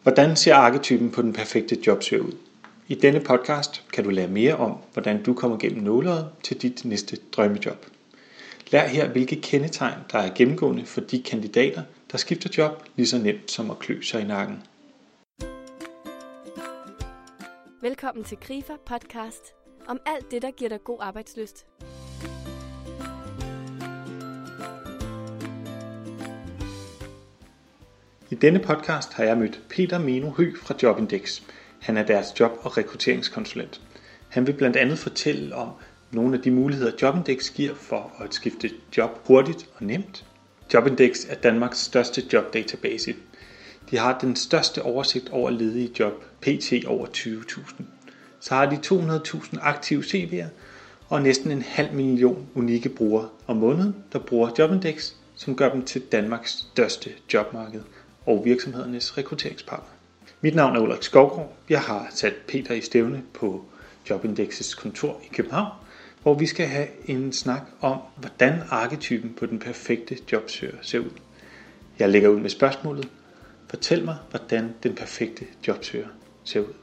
Hvordan ser arketypen på den perfekte jobsøger ud? I denne podcast kan du lære mere om, hvordan du kommer gennem nåleøjet til dit næste drømmejob. Lær her, hvilke kendetegn, der er gennemgående for de kandidater, der skifter job lige så nemt som at klø sig i nakken. Velkommen til Grifer Podcast om alt det, der giver dig god arbejdslyst. I denne podcast har jeg mødt Peter Meno Høgh fra Jobindex. Han er deres job- og rekrutteringskonsulent. Han vil blandt andet fortælle om nogle af de muligheder, Jobindex giver for at skifte job hurtigt og nemt. Jobindex er Danmarks største jobdatabase. De har den største oversigt over ledige job, pt. Over 20.000. Så har de 200.000 aktive CV'er og næsten 500.000 unikke brugere om måneden, der bruger Jobindex, som gør dem til Danmarks største jobmarked og virksomhedernes rekrutteringspartner. Mit navn er Ulrik Skovgaard. Jeg har sat Peter i stævne på Jobindex' kontor i København, hvor vi skal have en snak om, hvordan arketypen på den perfekte jobsøger ser ud. Jeg lægger ud med spørgsmålet: fortæl mig, hvordan den perfekte jobsøger ser ud.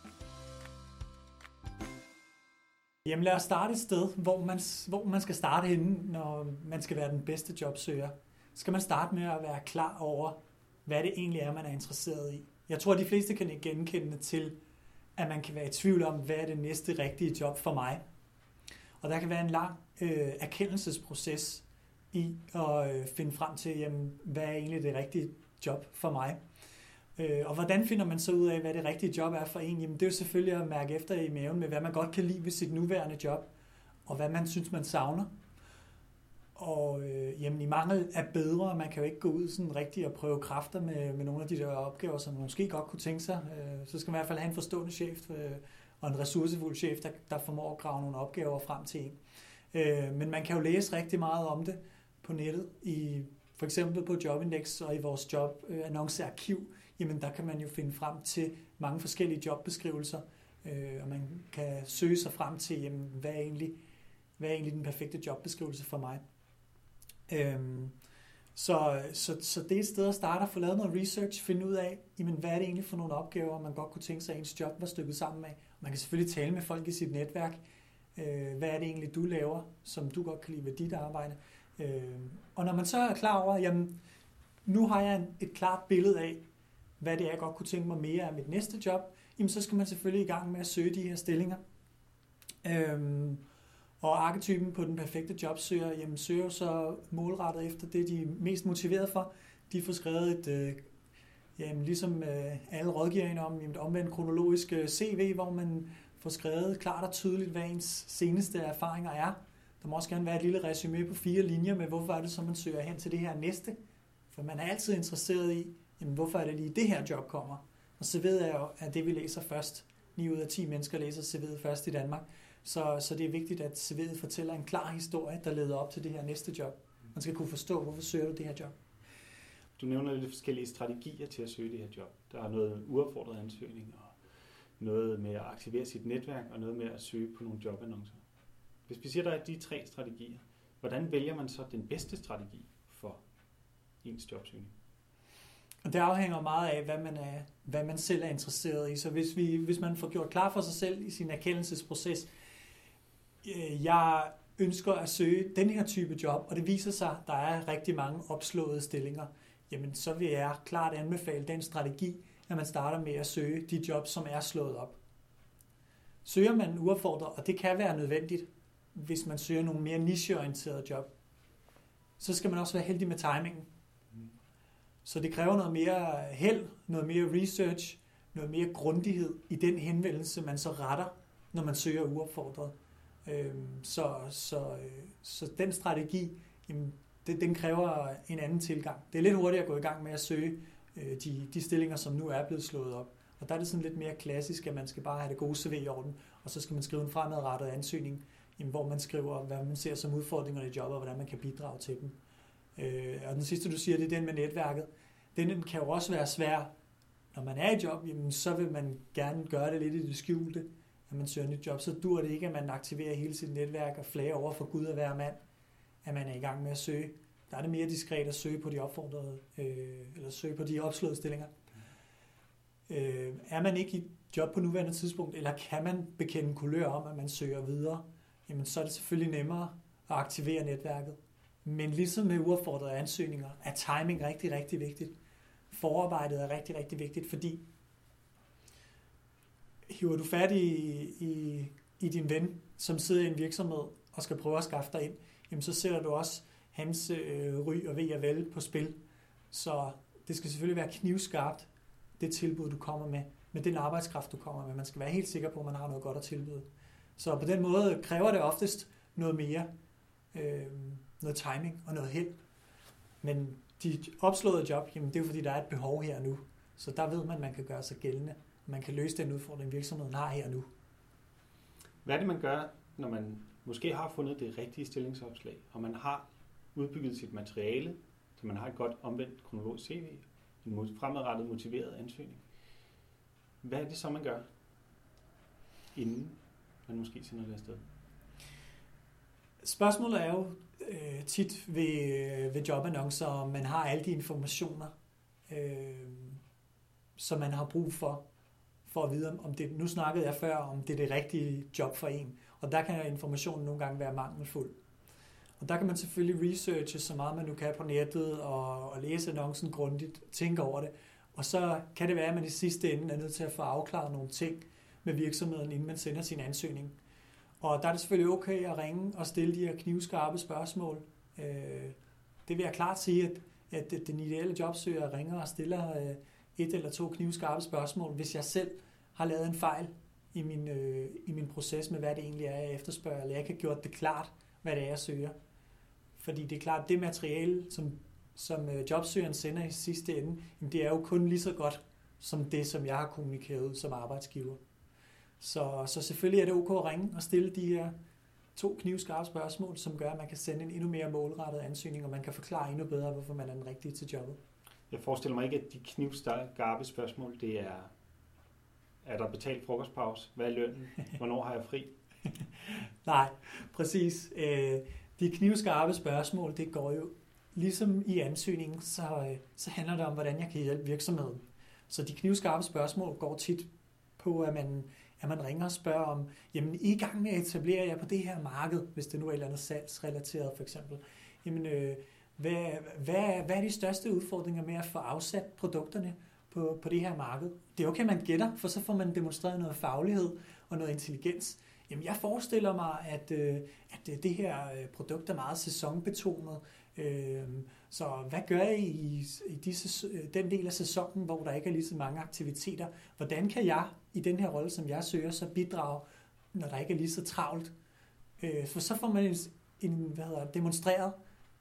Jamen lad os starte et sted, hvor man skal starte henne, når man skal være den bedste jobsøger. Skal man starte med at være klar over, hvad det egentlig er, man er interesseret i. Jeg tror, at de fleste kan genkende til, at man kan være i tvivl om, hvad er det næste rigtige job for mig. Og der kan være en lang erkendelsesproces i at finde frem til, jamen, hvad er egentlig det rigtige job for mig. Og hvordan finder man så ud af, hvad det rigtige job er for en? Jamen, det er jo selvfølgelig at mærke efter i maven med, hvad man godt kan lide ved sit nuværende job, og hvad man synes, man savner. Og jamen, i mangel af bedre, man kan jo ikke gå ud sådan rigtigt og prøve kræfter med nogle af de der opgaver, som man måske godt kunne tænke sig. Så skal man i hvert fald have en forstående chef og en ressourcefuld chef, der formår at grave nogle opgaver frem til en. Men man kan jo læse rigtig meget om det på nettet, for eksempel på Jobindex og i vores jobannoncearkiv. Jamen, der kan man jo finde frem til mange forskellige jobbeskrivelser, og man kan søge sig frem til, jamen, hvad er egentlig den perfekte jobbeskrivelse for mig. Så det er et sted at starte at få lavet noget research, finde ud af, jamen, hvad er det egentlig for nogle opgaver, man godt kunne tænke sig, ens job var stykket sammen med. Man kan selvfølgelig tale med folk i sit netværk. Hvad er det egentlig, du laver, som du godt kan lide ved dit arbejde? Og når man så er klar over, jamen, nu har jeg et klart billede af, hvad det er, jeg godt kunne tænke mig mere af mit næste job, jamen, så skal man selvfølgelig i gang med at søge de her stillinger. Og arketypen på den perfekte jobsøger, jamen, søger så målrettet efter det, de er mest motiveret for. De får skrevet ligesom alle rådgiverne om, et omvendt kronologisk CV, hvor man får skrevet klart og tydeligt, hvad ens seneste erfaringer er. Der må også gerne være et lille resumé på 4 linjer med, hvorfor er det så, man søger hen til det her næste. For man er altid interesseret i, jamen, hvorfor er det lige det her job kommer. Og så ved jeg jo, at det vi læser først. 9 ud af 10 mennesker læser CV'et først i Danmark. Så det er vigtigt, at CV'et fortæller en klar historie, der leder op til det her næste job. Man skal kunne forstå, hvorfor søger du det her job. Du nævner lidt forskellige strategier til at søge det her job. Der er noget uopfordret ansøgning, og noget med at aktivere sit netværk, og noget med at søge på nogle jobannoncer. Hvis vi siger, der er de 3 strategier, hvordan vælger man så den bedste strategi for ens jobsøgning? Og det afhænger meget af, hvad man selv er interesseret i. Så hvis man får gjort klar for sig selv i sin erkendelsesproces, jeg ønsker at søge den her type job, og det viser sig, at der er rigtig mange opslåede stillinger, jamen så vil jeg klart anbefale den strategi, at man starter med at søge de jobs, som er slået op. Søger man uopfordret, og det kan være nødvendigt, hvis man søger nogle mere nicheorienterede job, så skal man også være heldig med timingen. Så det kræver noget mere held, noget mere research, noget mere grundighed i den henvendelse, man så retter, når man søger uopfordret. Så den strategi, jamen, den kræver en anden tilgang. Det er lidt hurtigt at gå i gang med at søge de stillinger, som nu er blevet slået op. Og der er det sådan lidt mere klassisk, at man skal bare have det gode CV i orden, og så skal man skrive en fremadrettet ansøgning, hvor man skriver, hvad man ser som udfordringer i jobbet, og hvordan man kan bidrage til dem. Og den sidste, du siger, det er den med netværket. Den kan jo også være svær, når man er i job, jamen, så vil man gerne gøre det lidt i det skjulte, når man søger nyt job. Så dur det ikke, at man aktiverer hele sit netværk og flager over for Gud og hver mand, at man er i gang med at søge. Der er det mere diskret at søge på de opfordrede, eller søge på de opslåede stillinger. Er man ikke i job på nuværende tidspunkt, eller kan man bekende kulør om, at man søger videre, jamen så er det selvfølgelig nemmere at aktivere netværket. Men ligesom med uopfordrede ansøgninger, er timing rigtig, rigtig vigtigt. Forarbejdet er rigtig, rigtig vigtigt, fordi hiver du fat i din ven, som sidder i en virksomhed og skal prøve at skaffe dig ind, jamen så sætter du også hans ry og ve og vel på spil. Så det skal selvfølgelig være knivskarpt, det tilbud, du kommer med den arbejdskraft, du kommer med. Man skal være helt sikker på, at man har noget godt at tilbyde. Så på den måde kræver det oftest noget mere, noget timing og noget held. Men de opslåede job, jamen det er jo fordi, der er et behov her nu. Så der ved man, at man kan gøre sig gældende. Man kan løse den udfordring, virksomheden har her nu. Hvad er det, man gør, når man måske har fundet det rigtige stillingsopslag, og man har udbygget sit materiale, så man har et godt omvendt kronologisk CV, en fremadrettet motiveret ansøgning? Hvad er det så, man gør, inden man måske sender det afsted? Spørgsmålet er jo tit ved jobannoncer, om man har alle de informationer, som man har brug for at vide, om det. Nu snakkede jeg før, om det er det rigtige job for en, og der kan informationen nogle gange være mangelfuld. Og der kan man selvfølgelig researche så meget, man nu kan på nettet, og læse annoncen grundigt, tænke over det. Og så kan det være, at man i sidste ende er nødt til at få afklaret nogle ting med virksomheden, inden man sender sin ansøgning. Og der er det selvfølgelig okay at ringe og stille de her knivskarpe spørgsmål. Det vil jeg klart sige, at den ideelle jobsøger ringer og stiller et eller to knivskarpe spørgsmål, hvis jeg selv har lavet en fejl i min proces med, hvad det egentlig er, jeg efterspørger, eller jeg ikke har gjort det klart, hvad det er, jeg søger. Fordi det er klart, det materiale, som jobsøgeren sender i sidste ende, det er jo kun lige så godt, som det, som jeg har kommunikeret som arbejdsgiver. Så selvfølgelig er det ok at ringe og stille de her 2 knivskarpe spørgsmål, som gør, at man kan sende en endnu mere målrettet ansøgning, og man kan forklare endnu bedre, hvorfor man er den rigtige til jobbet. Jeg forestiller mig ikke, at de knivskarpe spørgsmål, det er der betalt frokostpause? Hvad er lønnen? Hvornår har jeg fri? Nej, præcis. De knivskarpe spørgsmål, det går jo ligesom i ansøgningen, så handler det om, hvordan jeg kan hjælpe virksomheden. Så de knivskarpe spørgsmål går tit på, at man ringer og spørger om, jamen i gang med at etablere jer på det her marked, hvis det nu er et eller andet salgsrelateret for eksempel. Jamen, hvad er de største udfordringer med at få afsat produkterne på det her marked? Det er okay, man gætter, for så får man demonstreret noget faglighed og noget intelligens. Jamen, jeg forestiller mig, at det her produkt er meget sæsonbetonet. Så hvad gør I i den del af sæsonen, hvor der ikke er lige så mange aktiviteter? Hvordan kan jeg i den her rolle, som jeg søger, så bidrage, når der ikke er lige så travlt? For så får man demonstreret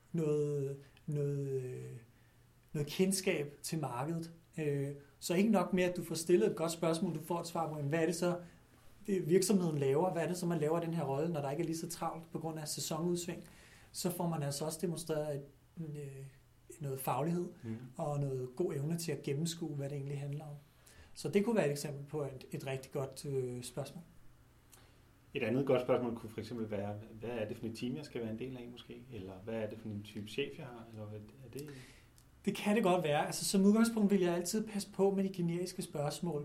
noget kendskab til markedet. Så ikke nok med, at du får stillet et godt spørgsmål, du får et svar på, hvad er det så, virksomheden laver? Hvad er det så, man laver i den her rolle, når der ikke er lige så travlt på grund af sæsonudsving? Så får man altså også demonstreret noget faglighed og noget god evne til at gennemskue, hvad det egentlig handler om. Så det kunne være et eksempel på et rigtig godt spørgsmål. Et andet godt spørgsmål kunne for eksempel være, hvad er det for et team, jeg skal være en del af måske? Eller hvad er det for en type chef, jeg har? Eller hvad er det? Det kan det godt være. Altså, som udgangspunkt vil jeg altid passe på med de generiske spørgsmål.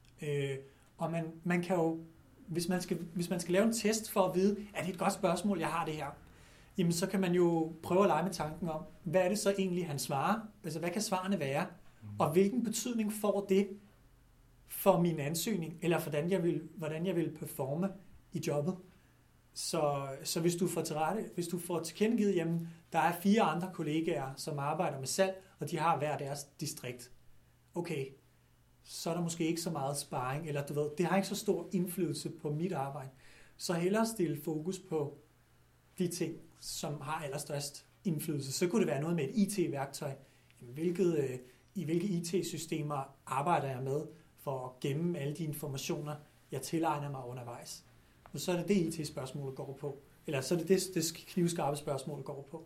Og man kan jo, hvis man skal lave en test for at vide, er det et godt spørgsmål, jeg har det her, jamen så kan man jo prøve at lege med tanken om, hvad er det så egentlig, han svarer? Altså, hvad kan svarene være? Og hvilken betydning får det for min ansøgning, eller hvordan jeg vil performe i jobbet? Så hvis du får tilkendegivet, jamen, der er 4 andre kollegaer, som arbejder med salg, og de har hver deres distrikt. Okay, så er der måske ikke så meget sparring, eller du ved, det har ikke så stor indflydelse på mit arbejde. Så hellere stille fokus på de ting, som har allerstørst indflydelse. Så kunne det være noget med et IT-værktøj. I hvilke IT-systemer arbejder jeg med for at gemme alle de informationer, jeg tilegner mig undervejs. Og så er det IT-spørgsmålet går på. Eller så er det knivskarpe spørgsmål går på.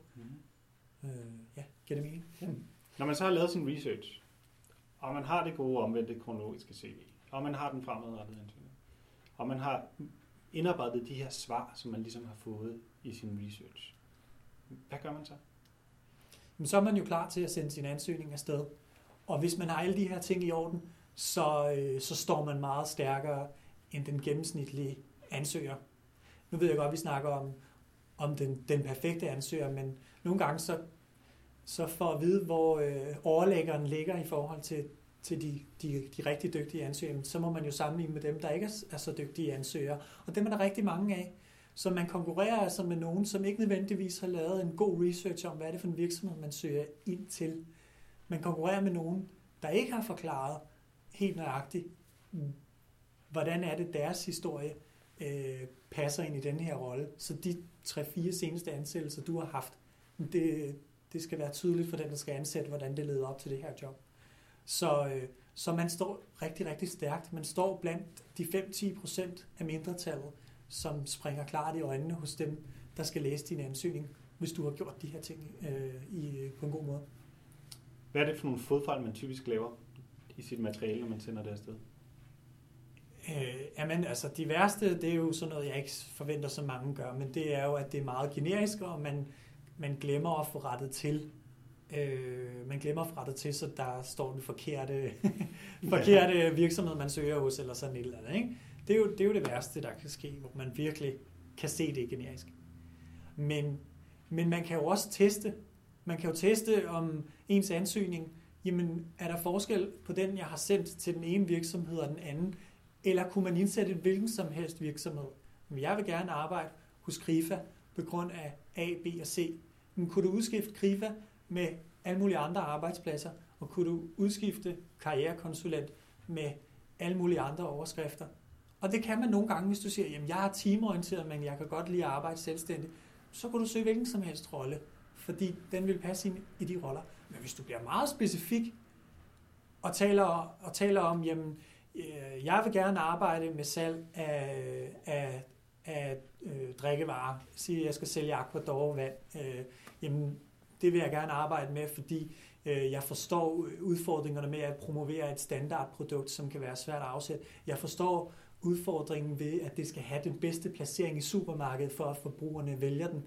Ja, giver det mening? Ja. Når man så har lavet sin research, og man har det gode omvendte kronologiske CV, og man har den fremadrettede ansøgning, og man har indarbejdet de her svar, som man ligesom har fået i sin research, hvad gør man så? Men så er man jo klar til at sende sin ansøgning afsted. Og hvis man har alle de her ting i orden, så står man meget stærkere end den gennemsnitlige ansøger. Nu ved jeg godt, at vi snakker om den perfekte ansøger, men nogle gange så for at vide, hvor overlæggeren ligger i forhold til de rigtig dygtige ansøgere, så må man jo sammenligne med dem, der ikke er så dygtige ansøgere. Og dem er der rigtig mange af. Så man konkurrerer altså med nogen, som ikke nødvendigvis har lavet en god research om, hvad er det for en virksomhed, man søger ind til. Man konkurrerer med nogen, der ikke har forklaret helt nøjagtigt, hvordan er det deres historie passer ind i den her rolle. Så de 3-4 seneste ansættelser, du har haft, det skal være tydeligt for den, der skal ansætte, hvordan det leder op til det her job. Så man står rigtig, rigtig stærkt. Man står blandt de 5-10% af mindretallet, som springer klart i øjnene hos dem, der skal læse din ansøgning, hvis du har gjort de her ting på en god måde. Hvad er det for nogle fodfejl, man typisk laver i sit materiale, når man sender det afsted? Jamen, altså de værste, det er jo sådan noget, jeg ikke forventer, så mange gør, men det er jo, at det er meget generisk, og man glemmer at få rettet til. Så der står den forkerte virksomhed, man søger hos, eller sådan et eller andet. Ikke? Det er jo det værste, der kan ske, hvor man virkelig kan se det generisk. Men man kan jo også teste. Man kan jo teste om ens ansøgning, jamen er der forskel på den, jeg har sendt til den ene virksomhed og den anden, eller kunne man indsætte en hvilken som helst virksomhed? Men jeg vil gerne arbejde hos Krifa på grund af A, B og C. Men kunne du udskifte Krifa med alle mulige andre arbejdspladser, og kunne du udskifte karrierekonsulent med alle mulige andre overskrifter? Og det kan man nogle gange, hvis du siger, jamen jeg er teamorienteret, men jeg kan godt lide at arbejde selvstændigt. Så kan du søge hvilken som helst rolle, fordi den vil passe ind i de roller. Men hvis du bliver meget specifik og taler om, jamen jeg vil gerne arbejde med salg af drikkevarer, sige at jeg skal sælge Aquador-vand, jamen det vil jeg gerne arbejde med, fordi jeg forstår udfordringerne med at promovere et standardprodukt, som kan være svært at afsætte. Jeg forstår udfordringen ved, at det skal have den bedste placering i supermarkedet, for at forbrugerne vælger den.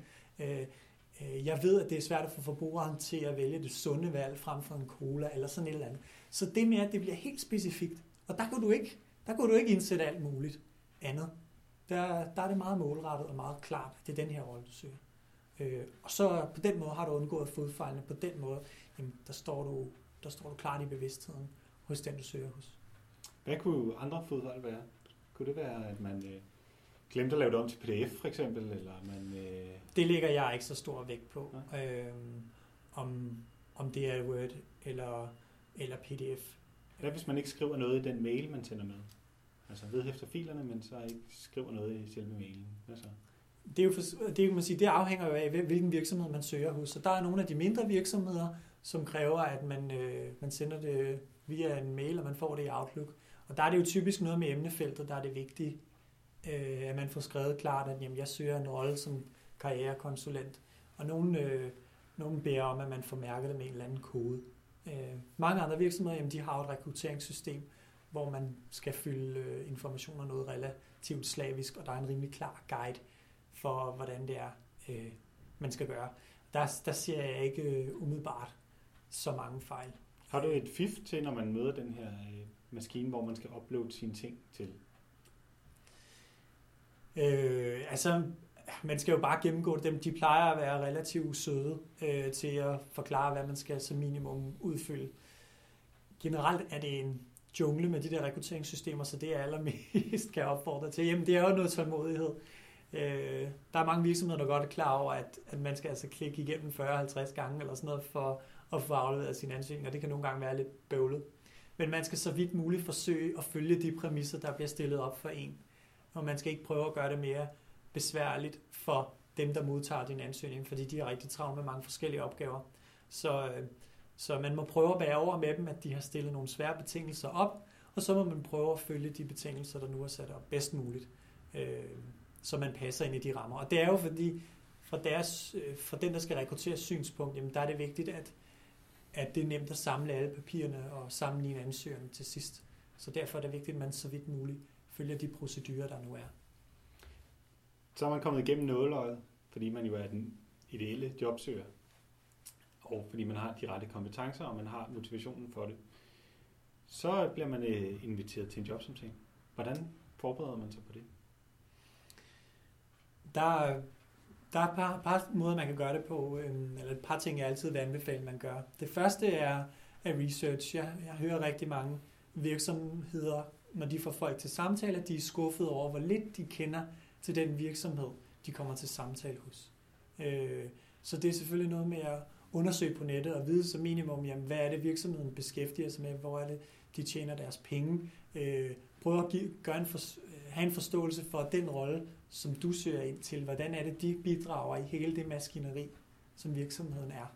Jeg ved, at det er svært at få forbrugeren til at vælge det sunde valg frem for en cola eller sådan et eller andet. Så det med, at det bliver helt specifikt, og der kunne du ikke indsætte alt muligt andet. Der er det meget målrettet og meget klart, at det er den her rolle, du søger. Og så på den måde har du undgået fodfejlene. På den måde, jamen, der står du klart i bevidstheden hos den, du søger hos. Hvad kunne andre fodfejl være? Kunne det være, at man glemte at lave det om til PDF for eksempel? Eller man, Det lægger jeg ikke så stor vægt på. Ja. Om det er Word eller PDF. Hvad hvis man ikke skriver noget i den mail, man sender med? Altså vedhæfter filerne, men så ikke skriver noget i selve mailen. Hvad så? Det afhænger jo af, hvilken virksomhed man søger hos. Så der er nogle af de mindre virksomheder, som kræver, at man sender det via en mail, og man får det i Outlook. Og der er det jo typisk noget med emnefeltet, der er det vigtige, at man får skrevet klart, at jamen, jeg søger en rolle som karrierekonsulent. Og nogen beder om, at man får mærket det med en eller anden kode. Mange andre virksomheder, jamen, de har et rekrutteringssystem, hvor man skal fylde informationer noget relativt slavisk, og der er en rimelig klar guide for, hvordan det er, man skal gøre. Der ser jeg ikke umiddelbart så mange fejl. Har du et fif til, når man møder den her maskine, hvor man skal uploade sine ting til? Man skal jo bare gennemgå dem. De plejer at være relativt søde til at forklare, hvad man skal som minimum udfylde. Generelt er det en jungle med de der rekrutteringssystemer, så det er allermest kan opfordre til. Jamen, det er jo noget tålmodighed. Der er mange virksomheder, der godt er klar over, at man skal altså klikke igennem 40-50 gange eller sådan noget for at få afleveret sin ansøgning, og det kan nogle gange være lidt bøvlet. Men man skal så vidt muligt forsøge at følge de præmisser, der bliver stillet op for en. Og man skal ikke prøve at gøre det mere besværligt for dem, der modtager din ansøgning, fordi de har rigtig travlt med mange forskellige opgaver. Så man må prøve at bære over med dem, at de har stillet nogle svære betingelser op, og så må man prøve at følge de betingelser, der nu er sat op bedst muligt, så man passer ind i de rammer. Og det er jo fordi, fra den, der skal rekruttere synspunkt, jamen der er det vigtigt, at det er nemt at samle alle papirerne og sammenligne ansøgerne til sidst. Så derfor er det vigtigt, at man så vidt muligt følger de procedurer, der nu er. Så er man kommet igennem nåleøjet, fordi man jo er den ideelle jobsøger, og fordi man har de rette kompetencer, og man har motivationen for det. Så bliver man inviteret til en jobsamtale. Hvordan forbereder man sig på det? Der er et par måder, man kan gøre det på, eller et par ting, jeg altid vil anbefale, man gør. Det første er research. Jeg hører rigtig mange virksomheder, når de får folk til samtale, at de er skuffet over, hvor lidt de kender til den virksomhed, de kommer til samtale hos. Så det er selvfølgelig noget med at undersøge på nettet og vide som minimum, jamen, hvad er det virksomheden beskæftiger sig med, hvor er det, de tjener deres penge. Prøv at have en forståelse for den rolle, som du søger ind til. Hvordan er det, de bidrager i hele det maskineri, som virksomheden er.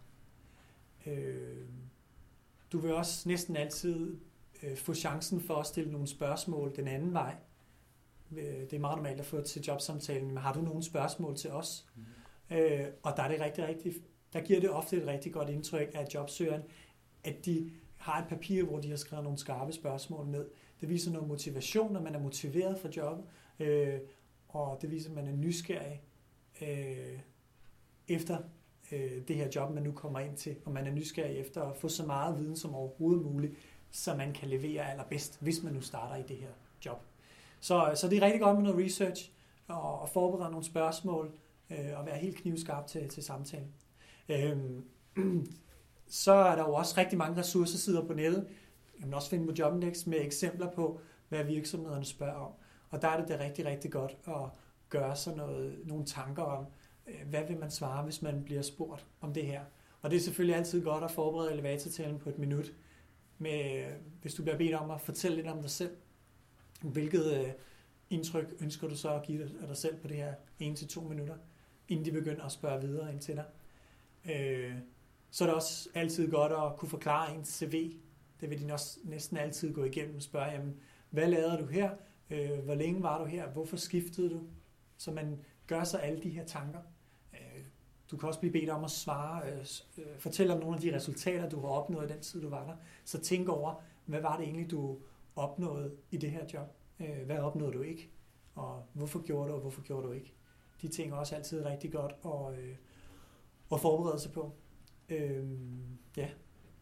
Du vil også næsten altid få chancen for at stille nogle spørgsmål den anden vej. Det er meget normalt at få til jobsamtalen, men har du nogle spørgsmål til os? Og der er det der giver det ofte et rigtig godt indtryk af jobsøgeren, at de har et papir, hvor de har skrevet nogle skarpe spørgsmål ned. Det viser noget motivation, når man er motiveret for jobbet, og det viser, at man er nysgerrig efter det her job, man nu kommer ind til, og man er nysgerrig efter at få så meget viden som overhovedet muligt, så man kan levere allerbedst, hvis man nu starter i det her job. Så det er rigtig godt med noget research, og forberede nogle spørgsmål, og være helt knivskarp til samtalen. Så er der jo også rigtig mange ressourcesider på nettet. Jeg kan også finde på Jobindex med eksempler på, hvad virksomhederne spørger om. Og der er det rigtig, rigtig godt at gøre sig nogle tanker om, hvad vil man svare, hvis man bliver spurgt om det her. Og det er selvfølgelig altid godt at forberede elevatortalen på 1 minut. Hvis du bliver bedt om at fortælle lidt om dig selv, hvilket indtryk ønsker du så at give af dig selv på det her 1-2 minutter, inden de begynder at spørge videre ind til dig. Så er det også altid godt at kunne forklare ens CV. Det vil de også næsten altid gå igennem og spørge, jamen, hvad lavede du her? Hvor længe var du her? Hvorfor skiftede du? Så man gør sig alle de her tanker. Du kan også blive bedt om at svare, fortælle om nogle af de resultater, du har opnået i den tid, du var der. Så tænk over, hvad var det egentlig, du opnåede i det her job? Hvad opnåede du ikke? Og hvorfor gjorde du, og hvorfor gjorde du ikke? De ting er også altid rigtig godt at forberede sig på. Ja.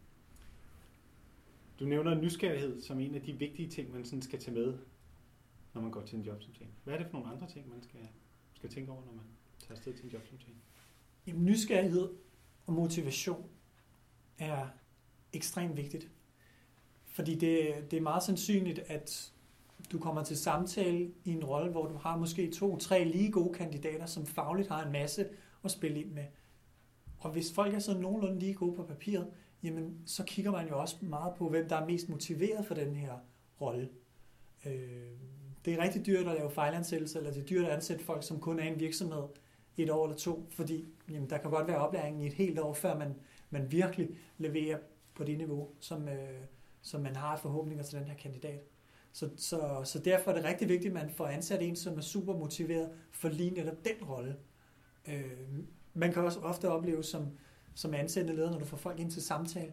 Du nævner nysgerrighed som en af de vigtige ting, man sådan skal tage med, når man går til en jobsamtale. Hvad er det for nogle andre ting, man skal tænke over, når man tager afsted til en jobsamtale? Jamen, nysgerrighed og motivation er ekstremt vigtigt. Fordi det er meget sandsynligt, at du kommer til samtale i en rolle, hvor du har måske 2-3 lige gode kandidater, som fagligt har en masse at spille ind med. Og hvis folk er sådan nogenlunde lige gode på papiret, jamen, så kigger man jo også meget på, hvem der er mest motiveret for den her rolle. Det er rigtig dyrt at lave fejlansættelse, eller det er dyrt at ansætte folk, som kun er i en virksomhed 1 år eller 2, fordi jamen, der kan godt være oplæring i et helt år, før man virkelig leverer på det niveau, som man har forhåbninger til den her kandidat. Så derfor er det rigtig vigtigt, at man får ansat en, som er super motiveret for lige netop den rolle. Man kan også ofte opleve som ansættende leder, når du får folk ind til samtale,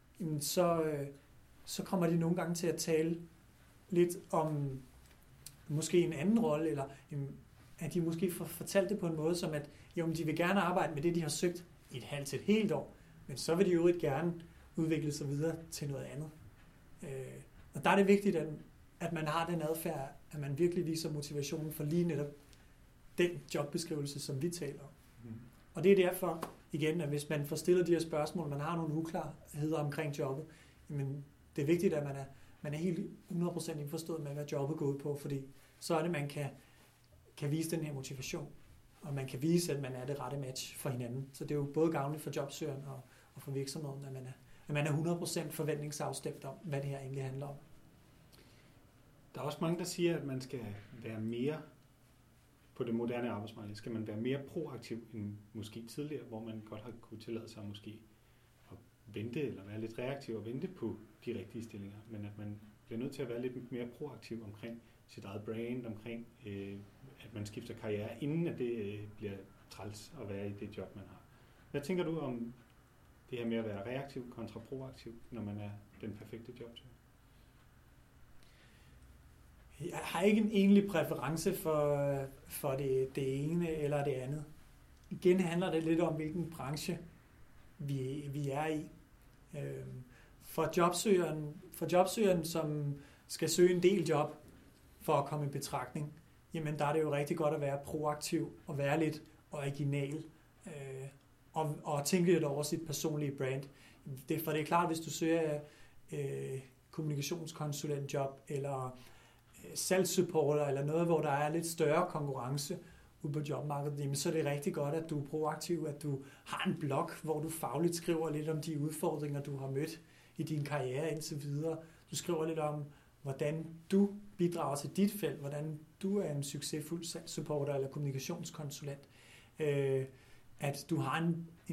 så kommer de nogle gange til at tale lidt om måske en anden rolle, eller at de måske får fortalt det på en måde, som at jo, de vil gerne arbejde med det, de har søgt i et halvt til et helt år, men så vil de jo ikke gerne udvikle sig videre til noget andet. Og der er det vigtigt, at man har den adfærd, at man virkelig viser motivationen for lige netop den jobbeskrivelse, som vi taler om. Og det er derfor, igen, at hvis man får stillet de her spørgsmål, man har nogle uklarheder omkring jobbet, jamen, det er vigtigt, at man er helt 100% indforstået med, hvad jobbet går ud på, fordi så er det, man kan vise den her motivation, og man kan vise, at man er det rette match for hinanden. Så det er jo både gavnligt for jobsøgeren og for virksomheden, at man er 100% forventningsafstemt om, hvad det her egentlig handler om. Der er også mange, der siger, at man skal være mere på det moderne arbejdsmarked. Skal man være mere proaktiv end måske tidligere, hvor man godt har kunne tillade sig måske at vente, eller være lidt reaktiv og vente på de rigtige stillinger, men at man bliver nødt til at være lidt mere proaktiv omkring sit eget brand, omkring at man skifter karriere, inden at det bliver træls at være i det job, man har. Hvad tænker du om det her med at være reaktiv kontra proaktiv, når man er den perfekte jobsøger? Jeg har ikke en egentlig præference for det ene eller det andet. Igen handler det lidt om, hvilken branche vi er i. for jobsøgeren, som skal søge en del job for at komme i betragtning, jamen der er det jo rigtig godt at være proaktiv og være lidt original og tænke lidt over sit personlige brand. For det er klart, hvis du søger kommunikationskonsulentjob eller salgssupporter eller noget, hvor der er lidt større konkurrence ude på jobmarkedet, jamen så er det rigtig godt, at du er proaktiv, at du har en blog, hvor du fagligt skriver lidt om de udfordringer, du har mødt i din karriere indtil videre. Du skriver lidt om, hvordan du bidrager til dit felt, hvordan du er en succesfuld salgssupporter eller kommunikationskonsulent. At du har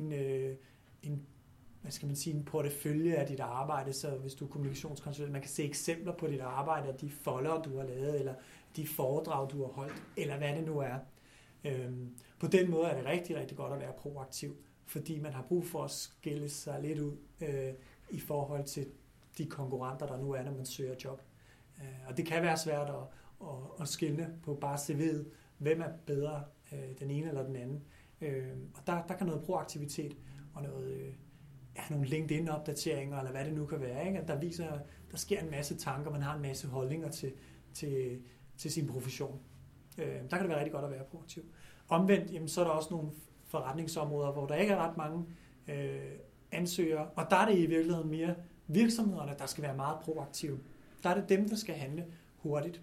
en portefølje af dit arbejde, så hvis du er kommunikationskonsulent, man kan se eksempler på dit arbejde, af de folder, du har lavet, eller de foredrag, du har holdt, eller hvad det nu er. På den måde er det rigtig, rigtig godt at være proaktiv, fordi man har brug for at skille sig lidt ud i forhold til de konkurrenter, der nu er, når man søger job. Og det kan være svært at skille på bare CV'et, hvem er bedre, den ene eller den anden. Og der kan noget proaktivitet og nogle LinkedIn-opdateringer, eller hvad det nu kan være, ikke? At der sker en masse tanker, man har en masse holdninger til sin profession. Der kan det være rigtig godt at være proaktiv. Omvendt, jamen, så er der også nogle forretningsområder, hvor der ikke er ret mange ansøgere, og der er det i virkeligheden mere virksomhederne, der skal være meget proaktive. Der er det dem, der skal handle hurtigt.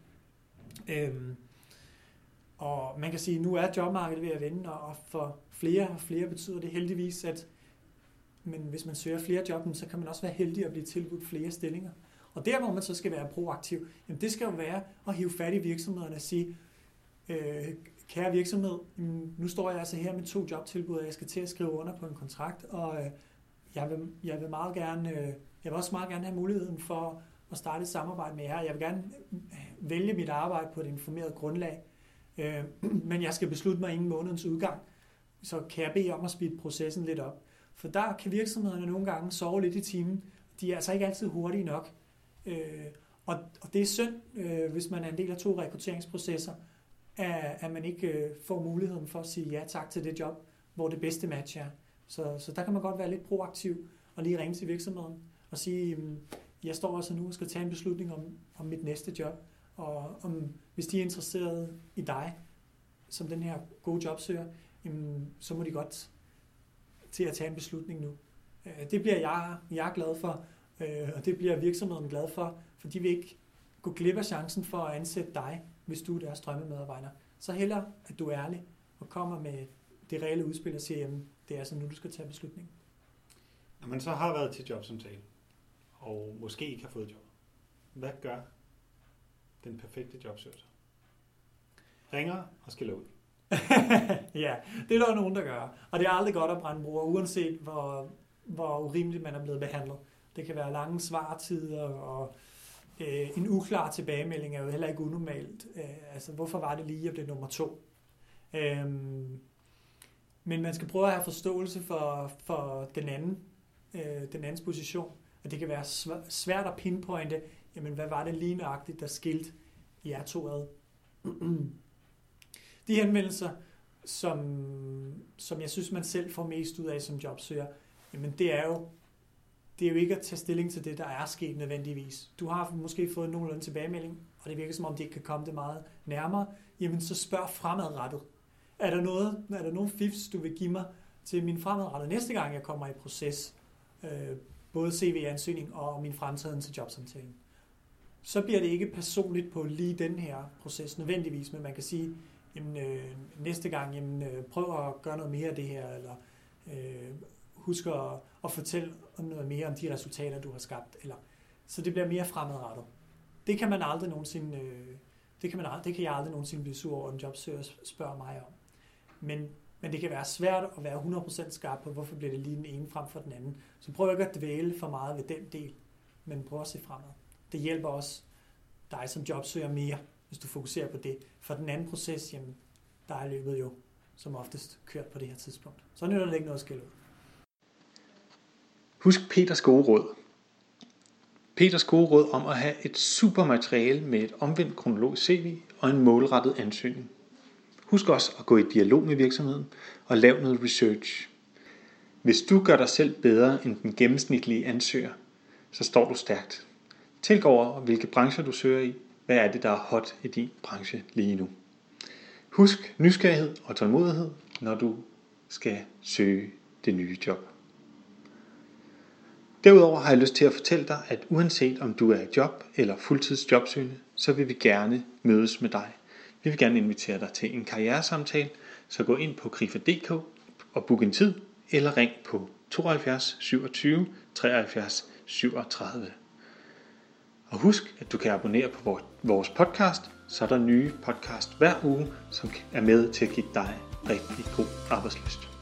Og man kan sige, at nu er jobmarkedet ved at vende, og for flere og flere betyder det heldigvis, at hvis man søger flere job, så kan man også være heldig at blive tilbudt flere stillinger. Og der, hvor man så skal være proaktiv, jamen det skal jo være at hive fat i virksomhederne og sige, kære virksomhed, nu står jeg altså her med 2 jobtilbud, og jeg skal til at skrive under på en kontrakt, og jeg vil også meget gerne have muligheden for at starte et samarbejde med jer. Jeg vil gerne vælge mit arbejde på et informeret grundlag, men jeg skal beslutte mig inden månedens udgang. Så kan jeg bede om at speede processen lidt op. For der kan virksomhederne nogle gange sove lidt i timen. De er altså ikke altid hurtige nok. Og det er synd, hvis man er en del af 2 rekrutteringsprocesser, at man ikke får muligheden for at sige ja tak til det job, hvor det bedste match er. Så der kan man godt være lidt proaktiv og lige ringe til virksomheden og sige, jeg står altså nu og skal tage en beslutning om mit næste job, og hvis de er interesseret i dig, som den her gode jobsøger, så må de godt til at tage en beslutning nu. Det bliver jeg glad for, og det bliver virksomheden glad for de vil ikke gå glip af chancen for at ansætte dig, hvis du er deres drømmemedarbejder. Så hellere, at du er ærlig og kommer med det reelle udspil og siger, jamen, det er altså nu, du skal tage beslutningen. Når man så har været til jobsamtale, og måske ikke har fået job, hvad gør den perfekte jobsøger så? Ringer og skiller ud. Ja, det er der nogen, der gør. Og det er aldrig godt at brænde broer, uanset hvor urimeligt man er blevet behandlet. Det kan være lange svartider, og en uklar tilbagemelding er jo heller ikke unormalt. Altså, hvorfor var det lige, at blev nummer 2? Men man skal prøve at have forståelse for den andens position. Og det kan være svært at pinpointe, jamen, hvad var det lige nøjagtigt, der skilte jer 2 ad? De henvendelser, som jeg synes, man selv får mest ud af som jobsøger, jamen det er jo ikke at tage stilling til det, der er sket nødvendigvis. Du har måske fået nogenlunde tilbagemelding, og det virker som om, det ikke kan komme det meget nærmere. Jamen så spørg fremadrettet. Er der nogle fifs, du vil give mig til min fremadrettet næste gang, jeg kommer i proces? Både CV-ansøgning og min fremtiden til jobsamtalen. Så bliver det ikke personligt på lige den her proces nødvendigvis, men man kan sige, jamen, næste gang, jamen, prøv at gøre noget mere af det her, eller husk at fortælle om noget mere om de resultater, du har skabt. Så det bliver mere fremadrettet. Det kan man aldrig nogensinde, det kan jeg aldrig nogensinde blive sur over, en jobsøger spørger mig om. Men det kan være svært at være 100% skarp på, hvorfor bliver det lige den ene frem for den anden. Så prøv ikke at dvæle for meget ved den del, men prøv at se fremad. Det hjælper også dig som jobsøger mere, hvis du fokuserer på det. For den anden proces, jamen, der er løbet jo som oftest kørt på det her tidspunkt. Så nytter det ikke noget at skille ud. Husk Peters gode råd. Peters gode råd om at have et super materiale med et omvendt kronologisk CV og en målrettet ansøgning. Husk også at gå i dialog med virksomheden og lav noget research. Hvis du gør dig selv bedre end den gennemsnitlige ansøger, så står du stærkt. Tænk over, hvilke brancher du søger i. Hvad er det, der er hot i din branche lige nu? Husk nysgerrighed og tålmodighed, når du skal søge det nye job. Derudover har jeg lyst til at fortælle dig, at uanset om du er i job eller fuldtidsjobsøgende, så vil vi gerne mødes med dig. Vi vil gerne invitere dig til en karrieresamtale, så gå ind på krifa.dk og book en tid, eller ring på 72 27 73 37. Og husk, at du kan abonnere på vores podcast, så er der nye podcast hver uge, som er med til at give dig rigtig god arbejdslyst.